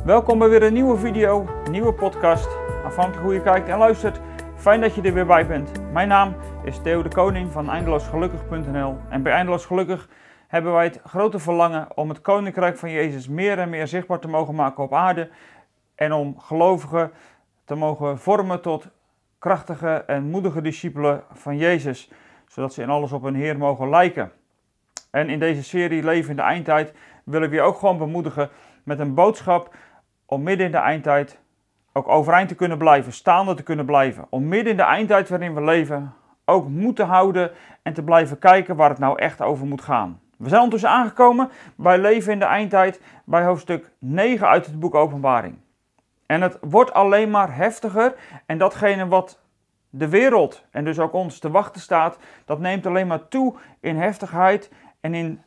Welkom bij weer een nieuwe video, een nieuwe podcast. Afhankelijk hoe je kijkt en luistert, fijn dat je er weer bij bent. Mijn naam is Theo de Koning van eindeloosgelukkig.nl en bij Eindeloos Gelukkig hebben wij het grote verlangen om het Koninkrijk van Jezus meer en meer zichtbaar te mogen maken op aarde en om gelovigen te mogen vormen tot krachtige en moedige discipelen van Jezus, zodat ze in alles op hun Heer mogen lijken. En in deze serie Leven in de Eindtijd wil ik je ook gewoon bemoedigen met een boodschap om midden in de eindtijd ook overeind te kunnen blijven, staande te kunnen blijven. Om midden in de eindtijd waarin we leven ook moed te houden en te blijven kijken waar het nou echt over moet gaan. We zijn ondertussen aangekomen bij Leven in de Eindtijd, bij hoofdstuk 9 uit het boek Openbaring. En het wordt alleen maar heftiger en datgene wat de wereld en dus ook ons te wachten staat, dat neemt alleen maar toe in heftigheid en in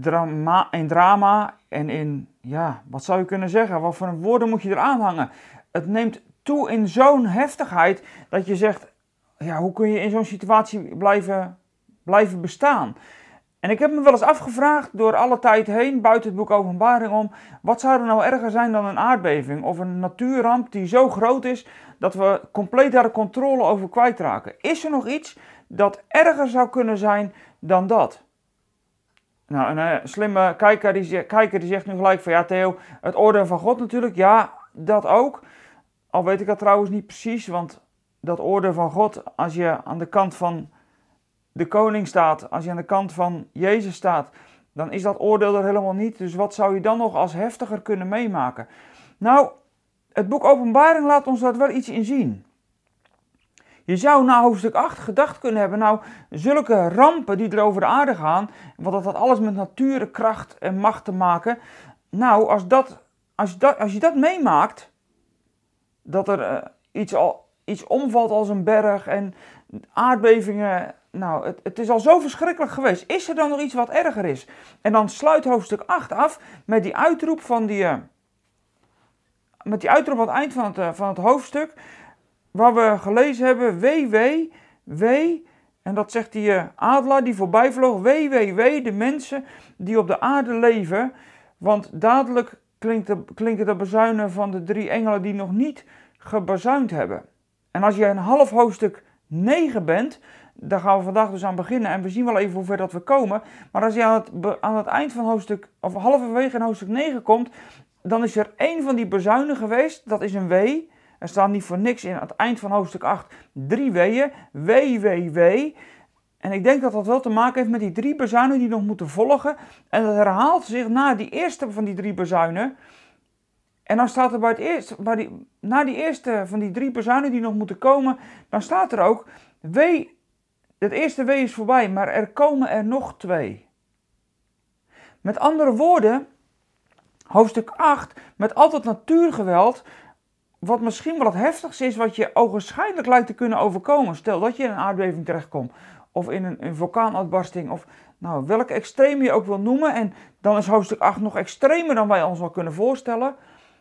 drama en in, wat zou je kunnen zeggen? Wat voor woorden moet je eraan hangen? Het neemt toe in zo'n heftigheid dat je zegt, hoe kun je in zo'n situatie blijven bestaan? En ik heb me wel eens afgevraagd door alle tijd heen, buiten het boek Openbaring om, wat zou er nou erger zijn dan een aardbeving of een natuurramp die zo groot is dat we compleet daar de controle over kwijtraken? Is er nog iets dat erger zou kunnen zijn dan dat? Nou, een slimme kijker die zegt nu gelijk van, Theo, het oordeel van God natuurlijk, ja, dat ook. Al weet ik dat trouwens niet precies, want dat oordeel van God, als je aan de kant van de koning staat, als je aan de kant van Jezus staat, dan is dat oordeel er helemaal niet. Dus wat zou je dan nog als heftiger kunnen meemaken? Nou, het boek Openbaring laat ons daar wel iets in zien. Je zou na hoofdstuk 8 gedacht kunnen hebben, zulke rampen die er over de aarde gaan, want dat had alles met natuurkracht en macht te maken. Nou, als je dat meemaakt, dat er iets omvalt als een berg en aardbevingen, het is al zo verschrikkelijk geweest. Is er dan nog iets wat erger is? En dan sluit hoofdstuk 8 af met die uitroep aan het eind van het hoofdstuk, waar we gelezen hebben, wee, en dat zegt die adelaar die voorbij vloog, wee, de mensen die op de aarde leven, want dadelijk klinken de bazuinen van de 3 engelen die nog niet gebazuind hebben. En als je een half hoofdstuk 9 bent, daar gaan we vandaag dus aan beginnen en we zien wel even hoe ver dat we komen, maar als je aan het eind van hoofdstuk, of halverwege in hoofdstuk 9 komt, dan is er 1 van die bazuinen geweest, dat is een wee. Er staan niet voor niks in aan het eind van hoofdstuk 8 3 weeën. Wee. En ik denk dat dat wel te maken heeft met die 3 bazuinen die nog moeten volgen. En dat herhaalt zich na die eerste van die 3 bazuinen. En dan staat er na die eerste van die 3 bazuinen die nog moeten komen, dan staat er ook, wee, het eerste wee is voorbij, maar er komen er nog 2. Met andere woorden, hoofdstuk 8, met al dat natuurgeweld, wat misschien wel het heftigste is wat je ogenschijnlijk lijkt te kunnen overkomen. Stel dat je in een aardbeving terechtkomt of in een vulkaanuitbarsting of welke extreem je ook wil noemen. En dan is hoofdstuk 8 nog extremer dan wij ons wel kunnen voorstellen.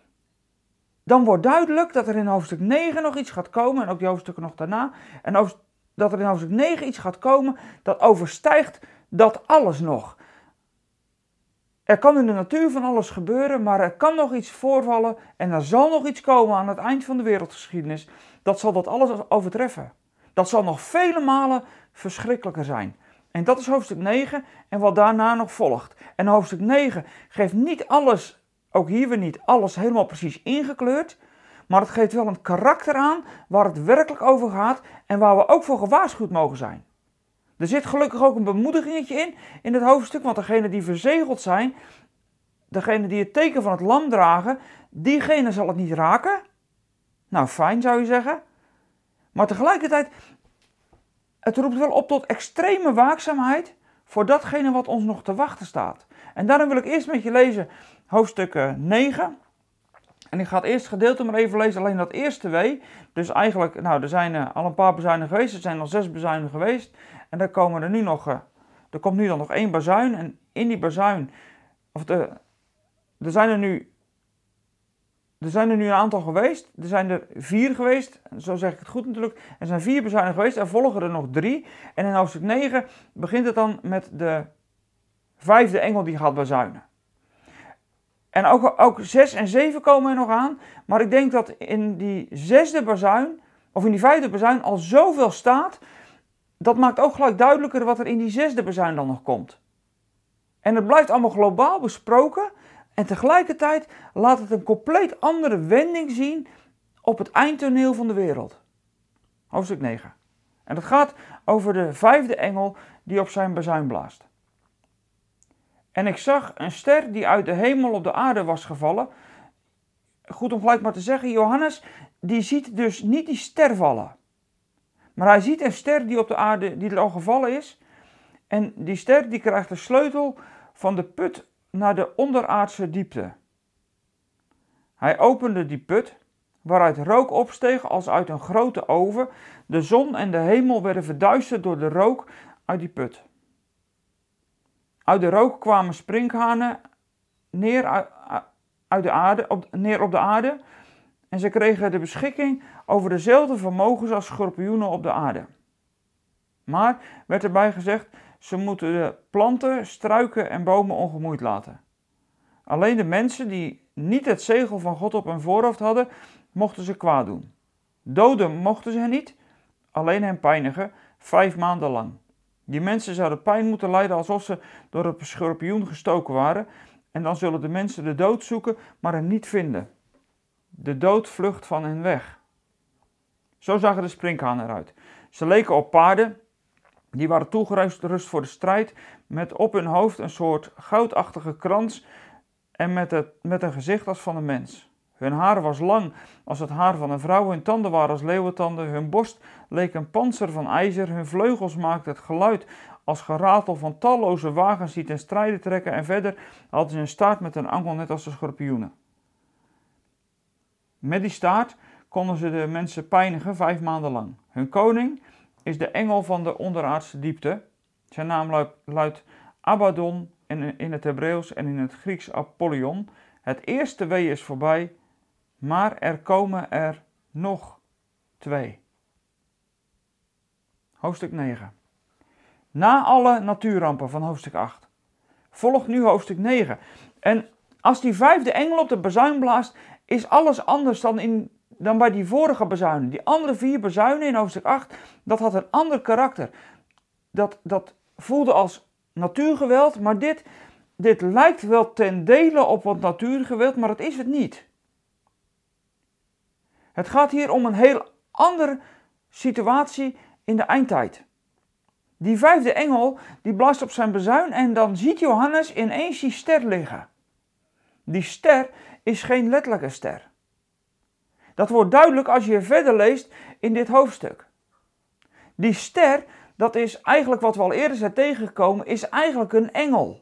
Dan wordt duidelijk dat er in hoofdstuk 9 nog iets gaat komen en ook die hoofdstukken nog daarna. En dat er in hoofdstuk 9 iets gaat komen dat overstijgt dat alles nog. Er kan in de natuur van alles gebeuren, maar er kan nog iets voorvallen en er zal nog iets komen aan het eind van de wereldgeschiedenis. Dat zal dat alles overtreffen. Dat zal nog vele malen verschrikkelijker zijn. En dat is hoofdstuk 9 en wat daarna nog volgt. En hoofdstuk 9 geeft niet alles, ook hier weer niet alles helemaal precies ingekleurd, maar het geeft wel een karakter aan waar het werkelijk over gaat en waar we ook voor gewaarschuwd mogen zijn. Er zit gelukkig ook een bemoedigingetje in dit hoofdstuk, want degenen die verzegeld zijn, degenen die het teken van het lam dragen, diegene zal het niet raken. Nou, fijn zou je zeggen. Maar tegelijkertijd, het roept wel op tot extreme waakzaamheid voor datgene wat ons nog te wachten staat. En daarom wil ik eerst met je lezen hoofdstuk 9. En ik ga het eerste gedeelte maar even lezen, alleen dat eerste wee. Dus eigenlijk, er zijn al een paar bazuinen geweest, er zijn al 6 bazuinen geweest. En dan komen er nu nog, er komt nu dan nog 1 bazuin. En in die bazuin, er zijn er nu een aantal geweest. Er zijn er 4 geweest, zo zeg ik het goed natuurlijk. Er zijn 4 bazuinen geweest, er volgen er nog 3. En in hoofdstuk 9 begint het dan met de 5e engel die gaat bazuinen. En ook 6 en 7 komen er nog aan. Maar ik denk dat in die 6e bazuin, of in die 5e bazuin, al zoveel staat. Dat maakt ook gelijk duidelijker wat er in die 6e bazuin dan nog komt. En het blijft allemaal globaal besproken. En tegelijkertijd laat het een compleet andere wending zien op het eindtoneel van de wereld. Hoofdstuk 9. En dat gaat over de 5e engel die op zijn bazuin blaast. En ik zag een ster die uit de hemel op de aarde was gevallen. Goed om gelijk maar te zeggen, Johannes die ziet dus niet die ster vallen. Maar hij ziet een ster die op de aarde, die er al gevallen is. En die ster die krijgt de sleutel van de put naar de onderaardse diepte. Hij opende die put, waaruit rook opsteeg als uit een grote oven. De zon en de hemel werden verduisterd door de rook uit die put. Uit de rook kwamen sprinkhanen neer op de aarde. En ze kregen de beschikking over dezelfde vermogens als schorpioenen op de aarde. Maar, werd erbij gezegd, ze moeten de planten, struiken en bomen ongemoeid laten. Alleen de mensen die niet het zegel van God op hun voorhoofd hadden, mochten ze kwaad doen. Doden mochten ze hen niet, alleen hen pijnigen, 5 maanden lang. Die mensen zouden pijn moeten lijden alsof ze door een schorpioen gestoken waren. En dan zullen de mensen de dood zoeken, maar hem niet vinden. De dood vlucht van hen weg. Zo zagen de sprinkhanen eruit. Ze leken op paarden, die waren toegerust voor de strijd, met op hun hoofd een soort goudachtige krans en met een gezicht als van een mens. Hun haar was lang als het haar van een vrouw, hun tanden waren als leeuwentanden, hun borst leek een pantser van ijzer, hun vleugels maakten het geluid als geratel van talloze wagens die ten strijde trekken en verder hadden ze een staart met een angel net als de schorpioenen. Met die staart konden ze de mensen pijnigen 5 maanden lang. Hun koning is de engel van de onderaardse diepte. Zijn naam luidt Abaddon in het Hebreeuws en in het Grieks Apollyon. Het eerste wee is voorbij, maar er komen er nog 2. Hoofdstuk 9. Na alle natuurrampen van hoofdstuk 8 volgt nu hoofdstuk 9. En als die 5e engel op de bazuin blaast, is alles anders dan bij die vorige bazuinen. Die andere 4 bazuinen in hoofdstuk 8, dat had een ander karakter. Dat voelde als natuurgeweld, maar dit lijkt wel ten dele op wat natuurgeweld, maar dat is het niet. Het gaat hier om een heel andere situatie in de eindtijd. Die 5e engel, die blaast op zijn bazuin en dan ziet Johannes ineens die ster liggen. Die ster is geen letterlijke ster. Dat wordt duidelijk als je verder leest in dit hoofdstuk. Die ster, dat is eigenlijk wat we al eerder zijn tegengekomen, is eigenlijk een engel.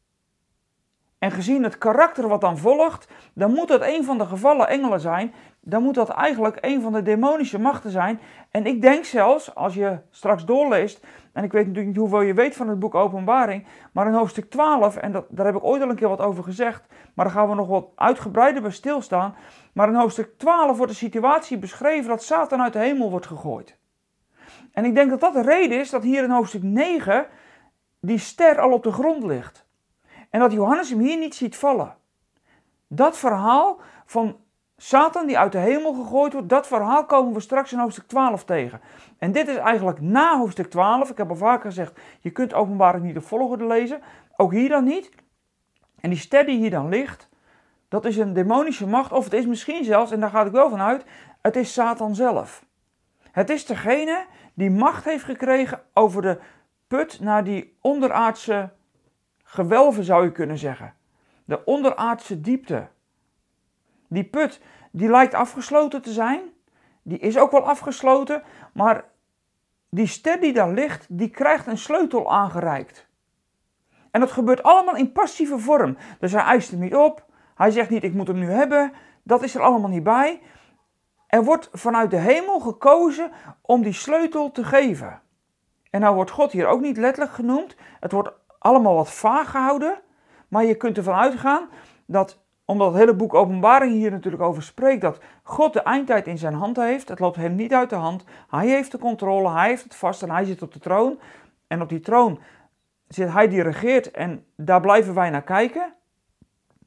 En gezien het karakter wat dan volgt, dan moet dat een van de gevallen engelen zijn. Dan moet dat eigenlijk een van de demonische machten zijn. En ik denk zelfs, als je straks doorleest, en ik weet natuurlijk niet hoeveel je weet van het boek Openbaring, maar in hoofdstuk 12, en daar heb ik ooit al een keer wat over gezegd, maar daar gaan we nog wat uitgebreider bij stilstaan. Maar in hoofdstuk 12 wordt de situatie beschreven dat Satan uit de hemel wordt gegooid. En ik denk dat dat de reden is dat hier in hoofdstuk 9 die ster al op de grond ligt. En dat Johannes hem hier niet ziet vallen. Dat verhaal van Satan die uit de hemel gegooid wordt, dat verhaal komen we straks in hoofdstuk 12 tegen. En dit is eigenlijk na hoofdstuk 12. Ik heb al vaker gezegd, je kunt Openbaring niet op volgorde lezen. Ook hier dan niet. En die ster die hier dan ligt, dat is een demonische macht. Of het is misschien zelfs, en daar ga ik wel van uit, het is Satan zelf. Het is degene die macht heeft gekregen over de put naar die onderaardse gewelven, zou je kunnen zeggen. De onderaardse diepte. Die put, die lijkt afgesloten te zijn. Die is ook wel afgesloten. Maar die ster die daar ligt, die krijgt een sleutel aangereikt. En dat gebeurt allemaal in passieve vorm. Dus hij eist hem niet op. Hij zegt niet, ik moet hem nu hebben. Dat is er allemaal niet bij. Er wordt vanuit de hemel gekozen om die sleutel te geven. En nou wordt God hier ook niet letterlijk genoemd. Het wordt allemaal wat vaag gehouden. Maar je kunt ervan uitgaan dat, omdat het hele boek Openbaring hier natuurlijk over spreekt, dat God de eindtijd in zijn hand heeft. Het loopt hem niet uit de hand. Hij heeft de controle, hij heeft het vast en hij zit op de troon. En op die troon zit hij die regeert en daar blijven wij naar kijken.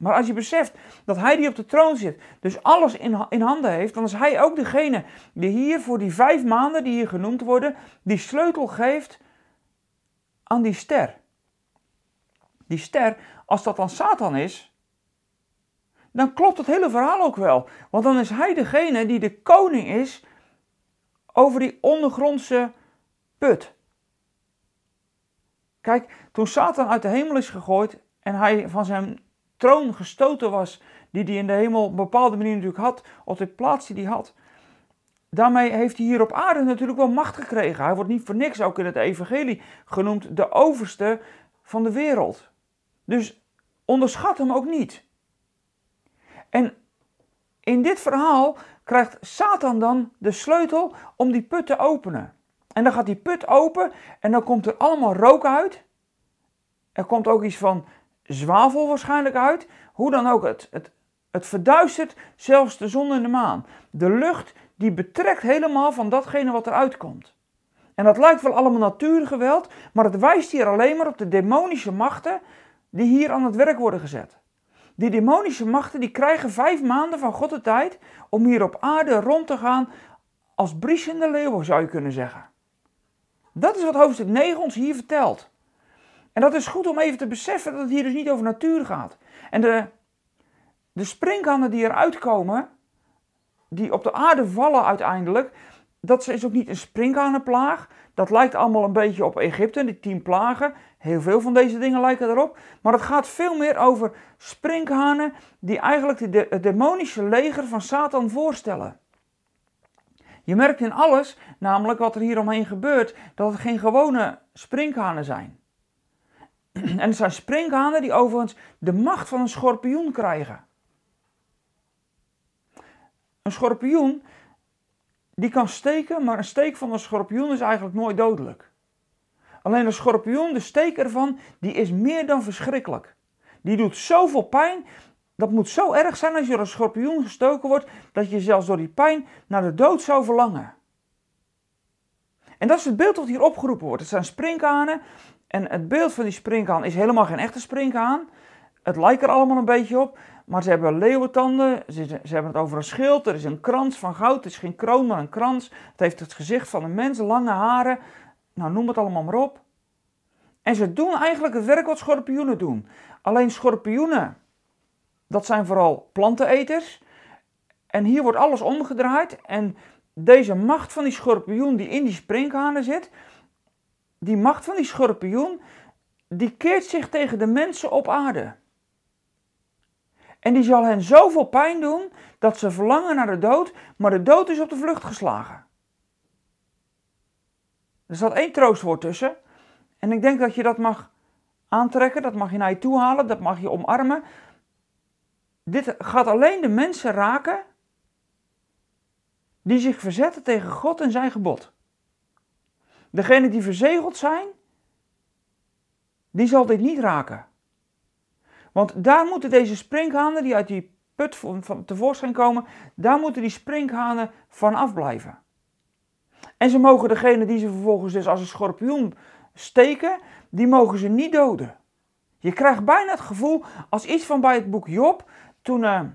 Maar als je beseft dat hij die op de troon zit, dus alles in handen heeft, dan is hij ook degene die hier voor die 5 maanden die hier genoemd worden, die sleutel geeft aan die ster. Die ster, als dat dan Satan is, dan klopt het hele verhaal ook wel. Want dan is hij degene die de koning is over die ondergrondse put. Kijk, toen Satan uit de hemel is gegooid en hij van zijn troon gestoten was, die hij in de hemel op een bepaalde manier natuurlijk had, op de plaats die hij had, daarmee heeft hij hier op aarde natuurlijk wel macht gekregen. Hij wordt niet voor niks ook in het evangelie genoemd de overste van de wereld. Dus onderschat hem ook niet. En in dit verhaal krijgt Satan dan de sleutel om die put te openen. En dan gaat die put open en dan komt er allemaal rook uit. Er komt ook iets van zwavel waarschijnlijk uit. Hoe dan ook, het verduistert zelfs de zon en de maan. De lucht die betrekt helemaal van datgene wat eruit komt. En dat lijkt wel allemaal natuurgeweld, maar het wijst hier alleen maar op de demonische machten die hier aan het werk worden gezet. Die demonische machten die krijgen 5 maanden van God de tijd om hier op aarde rond te gaan als briesende leeuwen, zou je kunnen zeggen. Dat is wat hoofdstuk 9 ons hier vertelt. En dat is goed om even te beseffen dat het hier dus niet over natuur gaat. En de sprinkhanen die eruit komen, die op de aarde vallen uiteindelijk, dat is ook niet een sprinkhanenplaag. Dat lijkt allemaal een beetje op Egypte, die 10 plagen. Heel veel van deze dingen lijken erop. Maar het gaat veel meer over sprinkhanen die eigenlijk het demonische leger van Satan voorstellen. Je merkt in alles, namelijk wat er hier omheen gebeurt, dat het geen gewone sprinkhanen zijn. En het zijn sprinkhanen die overigens de macht van een schorpioen krijgen. Een schorpioen, die kan steken, maar een steek van een schorpioen is eigenlijk nooit dodelijk. Alleen een schorpioen, de steek ervan, die is meer dan verschrikkelijk. Die doet zoveel pijn, dat moet zo erg zijn als je door een schorpioen gestoken wordt, dat je zelfs door die pijn naar de dood zou verlangen. En dat is het beeld wat hier opgeroepen wordt. Het zijn sprinkhanen en het beeld van die sprinkhaan is helemaal geen echte sprinkhaan. Het lijkt er allemaal een beetje op, maar ze hebben leeuwentanden, ze hebben het over een schild, er is een krans van goud, het is geen kroon maar een krans. Het heeft het gezicht van een mens, lange haren, nou noem het allemaal maar op. En ze doen eigenlijk het werk wat schorpioenen doen. Alleen schorpioenen, dat zijn vooral planteneters. En hier wordt alles omgedraaid en deze macht van die schorpioen die in die sprinkhanen zit, die macht van die schorpioen, die keert zich tegen de mensen op aarde. En die zal hen zoveel pijn doen, dat ze verlangen naar de dood, maar de dood is op de vlucht geslagen. Er staat 1 troostwoord tussen. En ik denk dat je dat mag aantrekken, dat mag je naar je toe halen, dat mag je omarmen. Dit gaat alleen de mensen raken die zich verzetten tegen God en zijn gebod. Degenen die verzegeld zijn, die zal dit niet raken. Want daar moeten deze sprinkhanen die uit die put tevoorschijn komen, daar moeten die sprinkhanen van afblijven. En ze mogen degene die ze vervolgens dus als een schorpioen steken, die mogen ze niet doden. Je krijgt bijna het gevoel als iets van bij het boek Job, toen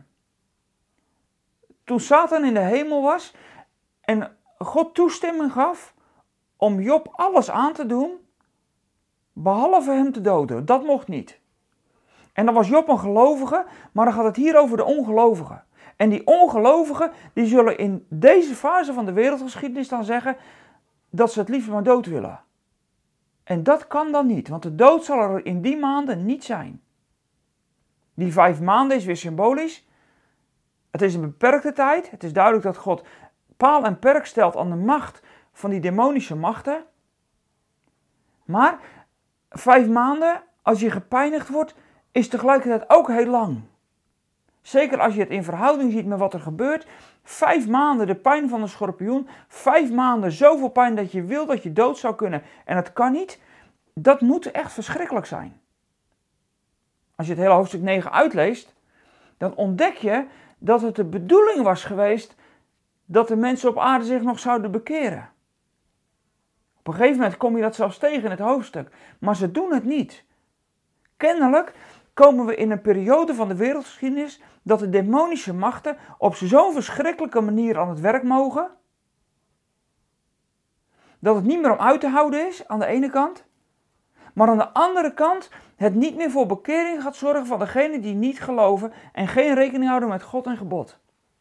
Satan in de hemel was en God toestemming gaf om Job alles aan te doen, behalve hem te doden. Dat mocht niet. En dan was Job een gelovige, maar dan gaat het hier over de ongelovigen. En die ongelovigen, die zullen in deze fase van de wereldgeschiedenis dan zeggen dat ze het liever maar dood willen. En dat kan dan niet, want de dood zal er in die maanden niet zijn. Die 5 maanden is weer symbolisch. Het is een beperkte tijd. Het is duidelijk dat God paal en perk stelt aan de macht van die demonische machten. Maar 5 maanden, als je gepijnigd wordt, is tegelijkertijd ook heel lang. Zeker als je het in verhouding ziet met wat er gebeurt. 5 maanden de pijn van een schorpioen. 5 maanden zoveel pijn dat je wil dat je dood zou kunnen. En het kan niet. Dat moet echt verschrikkelijk zijn. Als je het hele hoofdstuk 9 uitleest, dan ontdek je dat het de bedoeling was geweest dat de mensen op aarde zich nog zouden bekeren. Op een gegeven moment kom je dat zelfs tegen in het hoofdstuk. Maar ze doen het niet. Kennelijk komen we in een periode van de wereldgeschiedenis dat de demonische machten op zo'n verschrikkelijke manier aan het werk mogen, dat het niet meer om uit te houden is aan de ene kant, maar aan de andere kant het niet meer voor bekering gaat zorgen van degenen die niet geloven en geen rekening houden met God en gebod.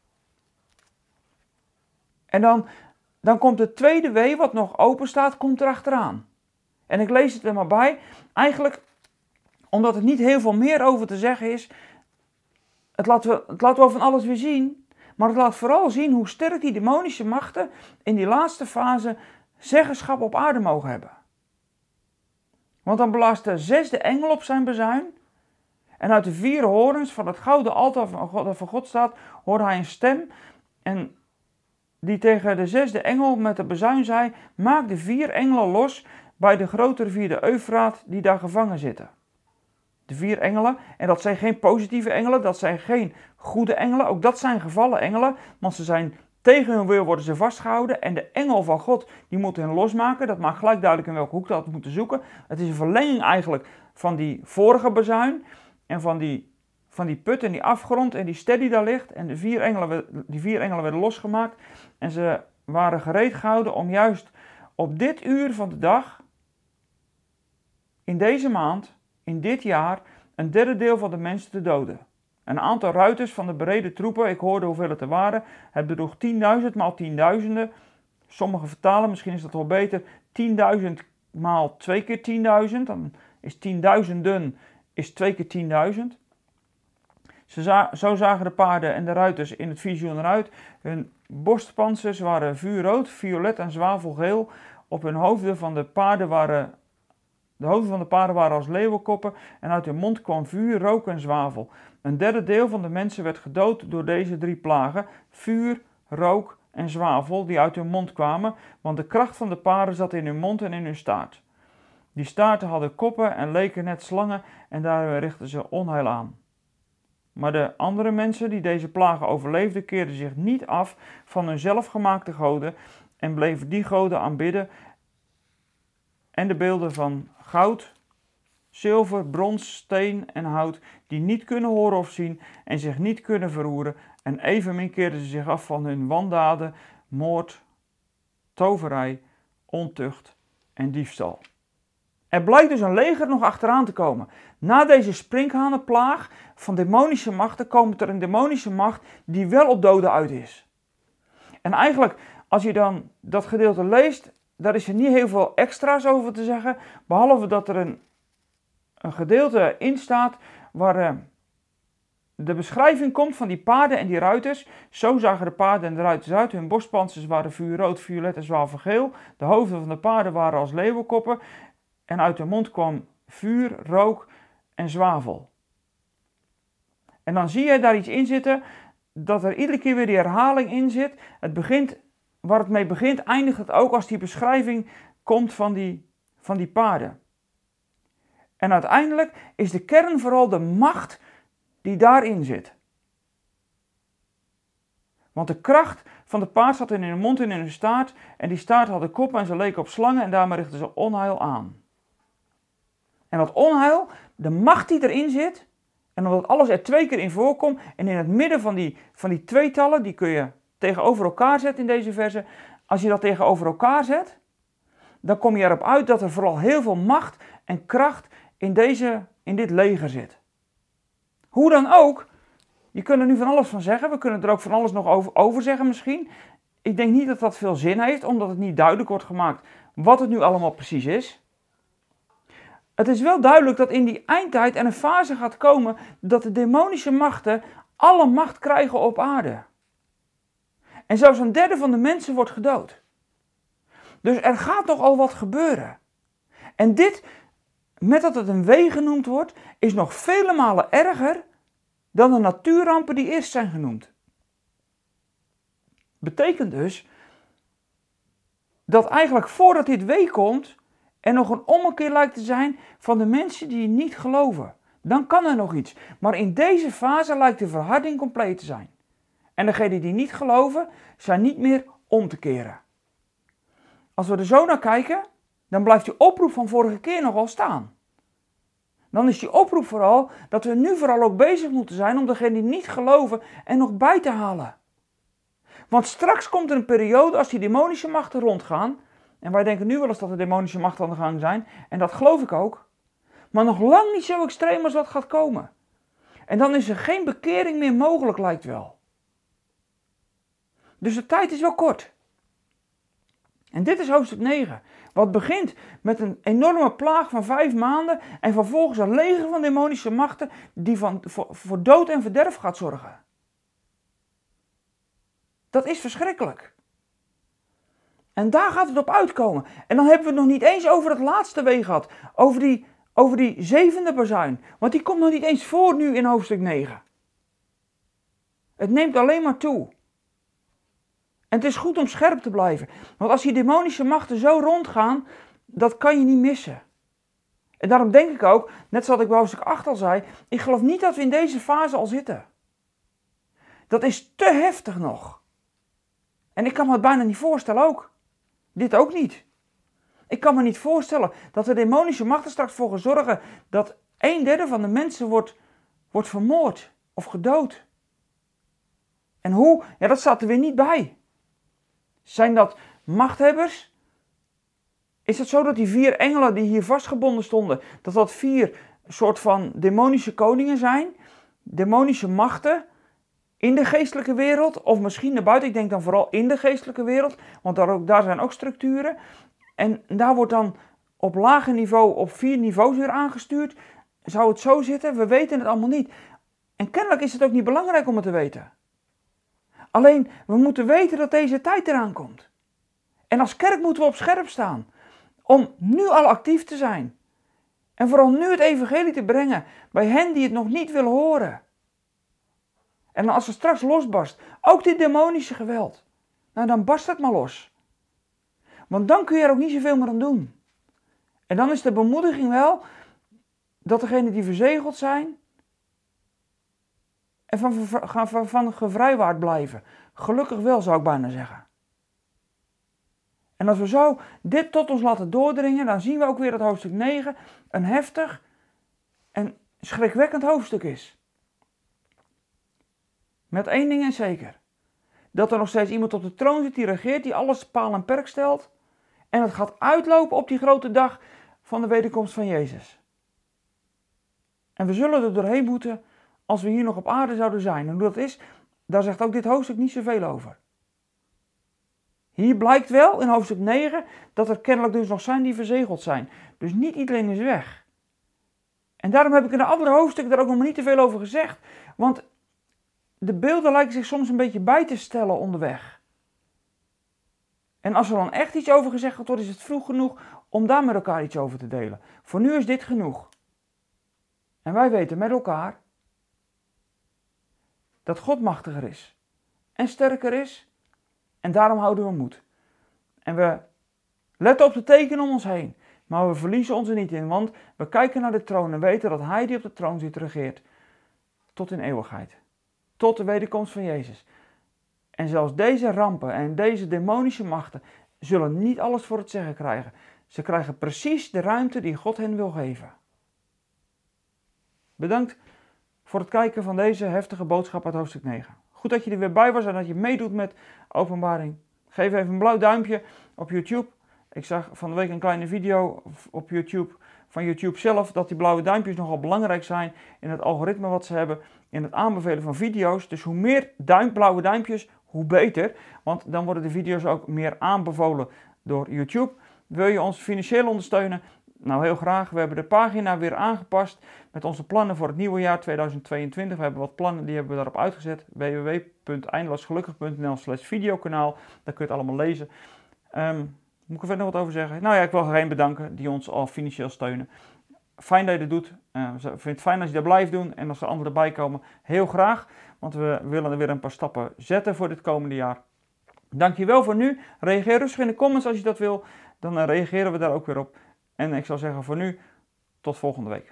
En dan komt het tweede wee wat nog open staat, komt erachteraan. En ik lees het er maar bij, eigenlijk omdat het niet heel veel meer over te zeggen is, het laat wel van alles weer zien, maar het laat vooral zien hoe sterk die demonische machten in die laatste fase zeggenschap op aarde mogen hebben. Want dan blaast de 6e engel op zijn bazuin en uit de 4 horens van het gouden altaar van God staat, hoorde hij een stem en die tegen de 6e engel met de bazuin zei, maak de 4 engelen los bij de grote rivier de Eufraat die daar gevangen zitten. De 4 engelen, en dat zijn geen positieve engelen, dat zijn geen goede engelen, ook dat zijn gevallen engelen, want ze zijn tegen hun wil worden ze vastgehouden en de engel van God die moet hen losmaken. Dat maakt gelijk duidelijk in welke hoek dat we moeten zoeken. Het is een verlenging eigenlijk van die vorige bazuin en van die put en die afgrond en die ster die daar ligt. En die 4 engelen werden losgemaakt en ze waren gereed gehouden om juist op dit uur van de dag, in deze maand, in dit jaar, een derde deel van de mensen te doden. Een aantal ruiters van de bereden troepen, ik hoorde hoeveel het er waren, het bedroeg 10.000 maal tienduizenden. Sommige vertalen, misschien is dat wel beter, 10.000 maal 2 keer 10.000. Dan is 10.000 is 2 keer 10.000. Zo zagen de paarden en de ruiters in het visioen eruit. Hun borstpantsers waren vuurrood, violet en zwavelgeel. Op hun hoofden van de paarden waren als leeuwenkoppen en uit hun mond kwam vuur, rook en zwavel. Een derde deel van de mensen werd gedood door deze 3 plagen, vuur, rook en zwavel die uit hun mond kwamen, want de kracht van de paarden zat in hun mond en in hun staart. Die staarten hadden koppen en leken net slangen en daarmee richtten ze onheil aan. Maar de andere mensen die deze plagen overleefden, keerden zich niet af van hun zelfgemaakte goden en bleven die goden aanbidden en de beelden van goud, zilver, brons, steen en hout, die niet kunnen horen of zien en zich niet kunnen verroeren, en evenmin keerden ze zich af van hun wandaden, moord, toverij, ontucht en diefstal. Er blijkt dus een leger nog achteraan te komen. Na deze sprinkhanenplaag van demonische machten komt er een demonische macht die wel op doden uit is. En eigenlijk, als je dan dat gedeelte leest, daar is er niet heel veel extra's over te zeggen, behalve dat er een gedeelte in staat waar de beschrijving komt van die paarden en die ruiters. Zo zagen de paarden en de ruiters uit. Hun borstpantsers waren vuurrood, violet en zwavelgeel. De hoofden van de paarden waren als leeuwenkoppen. En uit hun mond kwam vuur, rook en zwavel. En dan zie je daar iets in zitten, dat er iedere keer weer die herhaling in zit. Het begint, waar het mee begint, eindigt het ook als die beschrijving komt van die paarden. En uiteindelijk is de kern vooral de macht die daarin zit. Want de kracht van de paard zat in hun mond en in hun staart. En die staart had een kop en ze leken op slangen en daarmee richtten ze onheil aan. En dat onheil, de macht die erin zit, en omdat alles er 2 keer in voorkomt, en in het midden van die tweetallen, die kun je tegenover elkaar zetten in deze verse. Als je dat tegenover elkaar zet, dan kom je erop uit dat er vooral heel veel macht en kracht in dit leger zit. Hoe dan ook, je kunt er nu van alles van zeggen, we kunnen er ook van alles nog over zeggen misschien. Ik denk niet dat dat veel zin heeft, omdat het niet duidelijk wordt gemaakt wat het nu allemaal precies is. Het is wel duidelijk dat in die eindtijd er een fase gaat komen dat de demonische machten alle macht krijgen op aarde. En zelfs een derde van de mensen wordt gedood. Dus er gaat toch al wat gebeuren. En dit, met dat het een wee genoemd wordt, is nog vele malen erger dan de natuurrampen die eerst zijn genoemd. Betekent dus dat eigenlijk voordat dit wee komt, er nog een ommekeer lijkt te zijn van de mensen die niet geloven. Dan kan er nog iets. Maar in deze fase lijkt de verharding compleet te zijn. En degenen die niet geloven, zijn niet meer om te keren. Als we er zo naar kijken, dan blijft die oproep van vorige keer nog wel staan. Dan is die oproep vooral dat we nu vooral ook bezig moeten zijn om degenen die niet geloven er nog bij te halen. Want straks komt er een periode als die demonische machten rondgaan. En wij denken nu wel eens dat de demonische machten aan de gang zijn. En dat geloof ik ook. Maar nog lang niet zo extreem als wat gaat komen. En dan is er geen bekering meer mogelijk, lijkt wel. Dus de tijd is wel kort. En dit is hoofdstuk 9. Wat begint met een enorme plaag van 5 maanden. En vervolgens een leger van demonische machten die voor dood en verderf gaat zorgen. Dat is verschrikkelijk. En daar gaat het op uitkomen. En dan hebben we het nog niet eens over het laatste wee gehad. Over die 7e bazuin. Want die komt nog niet eens voor nu in hoofdstuk 9. Het neemt alleen maar toe. En het is goed om scherp te blijven. Want als die demonische machten zo rondgaan, dat kan je niet missen. En daarom denk ik ook, net zoals ik bij hoofdstuk 8 al zei, ik geloof niet dat we in deze fase al zitten. Dat is te heftig nog. En ik kan me het bijna niet voorstellen ook. Dit ook niet. Ik kan me niet voorstellen dat de demonische machten straks voor gaan zorgen dat 1/3 van de mensen wordt vermoord of gedood. En hoe? Ja, dat staat er weer niet bij. Zijn dat machthebbers? Is het zo dat die 4 engelen die hier vastgebonden stonden, dat 4 soort van demonische koningen zijn? Demonische machten in de geestelijke wereld, of misschien naar buiten, ik denk dan vooral in de geestelijke wereld, want daar zijn ook structuren. En daar wordt dan op lager niveau, op 4 niveaus weer aangestuurd. Zou het zo zitten? We weten het allemaal niet. En kennelijk is het ook niet belangrijk om het te weten. Alleen, we moeten weten dat deze tijd eraan komt. En als kerk moeten we op scherp staan. Om nu al actief te zijn. En vooral nu het evangelie te brengen bij hen die het nog niet willen horen. En als er straks losbarst, ook dit demonische geweld, nou dan barst het maar los. Want dan kun je er ook niet zoveel meer aan doen. En dan is de bemoediging wel dat degenen die verzegeld zijn en van gevrijwaard blijven. Gelukkig wel, zou ik bijna zeggen. En als we zo dit tot ons laten doordringen, dan zien we ook weer dat hoofdstuk 9 een heftig en schrikwekkend hoofdstuk is. Met 1 ding en zeker. Dat er nog steeds iemand op de troon zit die regeert, die alles paal en perk stelt. En het gaat uitlopen op die grote dag van de wederkomst van Jezus. En we zullen er doorheen moeten als we hier nog op aarde zouden zijn. En hoe dat is, daar zegt ook dit hoofdstuk niet zoveel over. Hier blijkt wel in hoofdstuk 9 dat er kennelijk dus nog zijn die verzegeld zijn. Dus niet iedereen is weg. En daarom heb ik in de andere hoofdstukken daar ook nog maar niet te veel over gezegd. Want de beelden lijken zich soms een beetje bij te stellen onderweg. En als er dan echt iets over gezegd wordt, is het vroeg genoeg om daar met elkaar iets over te delen. Voor nu is dit genoeg. En wij weten met elkaar dat God machtiger is en sterker is. En daarom houden we moed. En we letten op de tekenen om ons heen. Maar we verliezen ons er niet in, want we kijken naar de troon en weten dat Hij die op de troon zit regeert. Tot in eeuwigheid. Tot de wederkomst van Jezus. En zelfs deze rampen en deze demonische machten zullen niet alles voor het zeggen krijgen. Ze krijgen precies de ruimte die God hen wil geven. Bedankt voor het kijken van deze heftige boodschap uit hoofdstuk 9. Goed dat je er weer bij was en dat je meedoet met Openbaring. Geef even een blauw duimpje op YouTube. Ik zag van de week een kleine video op YouTube van YouTube zelf dat die blauwe duimpjes nogal belangrijk zijn in het algoritme wat ze hebben in het aanbevelen van video's. Dus hoe meer blauwe duimpjes, hoe beter. Want dan worden de video's ook meer aanbevolen door YouTube. Wil je ons financieel ondersteunen? Nou, heel graag. We hebben de pagina weer aangepast met onze plannen voor het nieuwe jaar 2022. We hebben wat plannen, die hebben we daarop uitgezet. www.eindeloosgelukkig.nl/videokanaal. Daar kun je het allemaal lezen. Moet ik er verder nog wat over zeggen? Nou ja, ik wil iedereen bedanken die ons al financieel steunen. Fijn dat je dat doet. Ik vind het fijn als je dat blijft doen. En als er anderen bij komen, heel graag. Want we willen er weer een paar stappen zetten voor dit komende jaar. Dankjewel voor nu. Reageer rustig in de comments als je dat wil. Dan reageren we daar ook weer op. En ik zou zeggen voor nu, tot volgende week.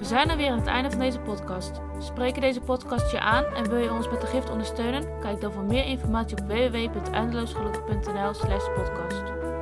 We zijn er weer aan het einde van deze podcast. Spreken deze podcast je aan en wil je ons met de gift ondersteunen? Kijk dan voor meer informatie op www.eindeloosgelukkig.nl/podcast.